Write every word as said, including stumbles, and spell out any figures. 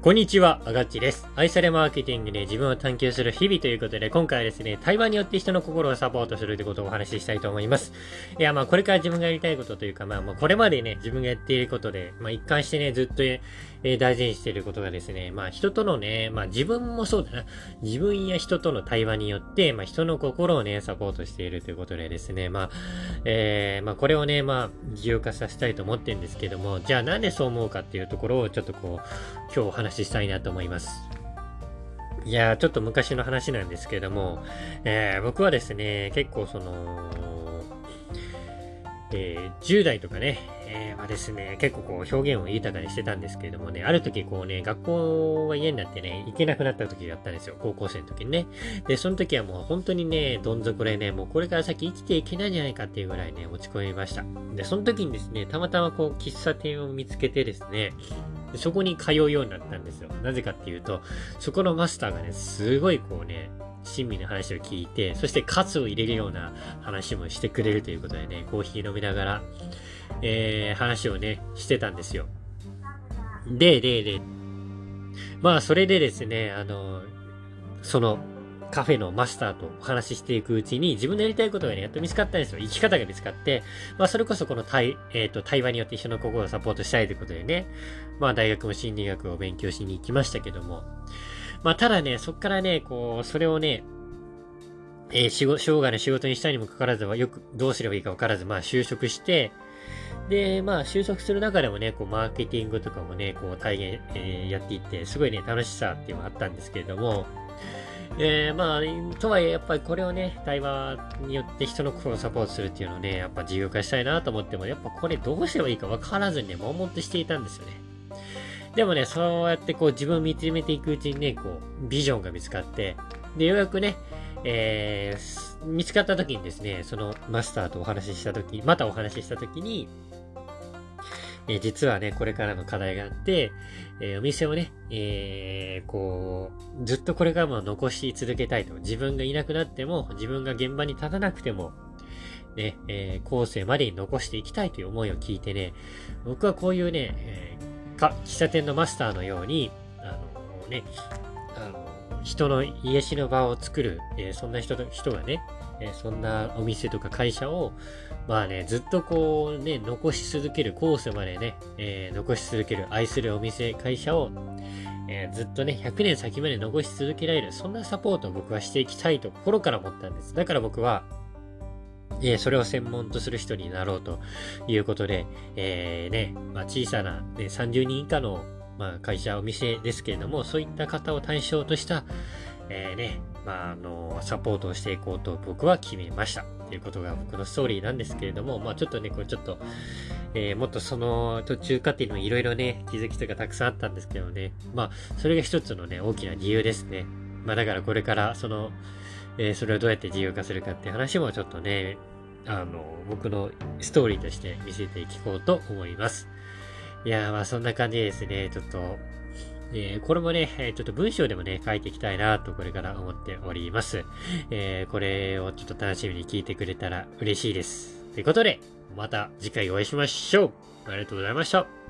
こんにちは、あがっちです。愛されマーケティングで自分を探求する日々ということで、今回はですね、対話によって人の心をサポートするということをお話ししたいと思います。いや、まあ、これから自分がやりたいことというか、まあ、まあ、これまでね、自分がやっていることで、まあ、一貫してね、ずっと、えー、大事にしていることがですね、まあ、人とのね、まあ、自分もそうだな、自分や人との対話によって、まあ、人の心をね、サポートしているということでですね、まあ、えー、まあ、これをね、まあ、自由化させたいと思ってるんですけども、じゃあなんでそう思うかっていうところを、ちょっとこう、今日お話ししたいなと思います。いやー、ちょっと昔の話なんですけども、えー、僕はですね、結構その、えー、じゅう代とかね、えー、はですね、結構こう表現を豊かにしてたんですけれどもね、ある時こうね、学校が家になってね、行けなくなった時があったんですよ。高校生の時にね。で、その時はもう本当にね、どん底でね、もうこれから先生きていけないんじゃないかっていうぐらいね、落ち込みました。で、その時にですね、たまたまこう、喫茶店を見つけてですね、そこに通うようになったんですよ。なぜかっていうと、そこのマスターがね、すごいこうね、親身の話を聞いて、そしてカツを入れるような話もしてくれるということでね、コーヒー飲みながら、えー、話をね、してたんですよ。で、で、で、まあ、それでですね、あの、その、カフェのマスターとお話ししていくうちに、自分のやりたいことがね、やっと見つかったんですよ。生き方が見つかって、まあ、それこそこの対、えっと、対話によって人の心をサポートしたいということでね、まあ、大学も心理学を勉強しに行きましたけども、まあ、ただね、そっからね、こう、それをね、えー、仕事、生涯の仕事にしたにもかかわらずは、よくどうすればいいかわからず、まあ、就職して、で、まあ、就職する中でもね、こう、マーケティングとかもね、こう、体現、えー、やっていって、すごいね、楽しさっていうのがあったんですけれども、えー、まあ、とはいえ、やっぱりこれをね、対話によって人の心をサポートするっていうのをね、やっぱ自由化したいなと思っても、やっぱこれどうすればいいかわからずにね、悶々としていたんですよね。でもね、そうやってこう自分を見つめていくうちにね、こう、ビジョンが見つかって、で、ようやくね、えー、見つかった時にですね、そのマスターとお話しした時、またお話しした時に、えー、実はね、これからの課題があって、えー、お店をね、えー、こう、ずっとこれからも残し続けたいと。自分がいなくなっても、自分が現場に立たなくても、ね、えー、後世までに残していきたいという思いを聞いてね、僕はこういうね、えー、か、喫茶店のマスターのように、あのね、あの、人の癒しの場を作る、えー、そんな人と、人がね、えー、そんなお店とか会社を、まあね、ずっとこうね、残し続ける、コースまでね、えー、残し続ける、愛するお店、会社を、えー、ずっとね、ひゃくねん先まで残し続けられる、そんなサポートを僕はしていきたいと心から思ったんです。だから僕は、えー、それを専門とする人になろうということで、えー、ね、まあ小さな、ね、さんじゅうにん以下の、まあ会社、お店ですけれども、そういった方を対象とした、えー、ね、まあ、あの、サポートをしていこうと僕は決めました。ということが僕のストーリーなんですけれども、まあちょっとね、これちょっと、えー、もっとその途中過程にもいろいろね、気づきとかたくさんあったんですけどね、まあ、それが一つのね、大きな理由ですね。まあだからこれから、その、えー、それをどうやって自由化するかっていう話もちょっとね、あの、僕のストーリーとして見せていこうと思います。いやー、まあそんな感じでですね、ちょっと、えー、これもね、ちょっと文章でもね、書いていきたいなとこれから思っております。えー、これをちょっと楽しみに聞いてくれたら嬉しいです。ということで、また次回お会いしましょう。ありがとうございました。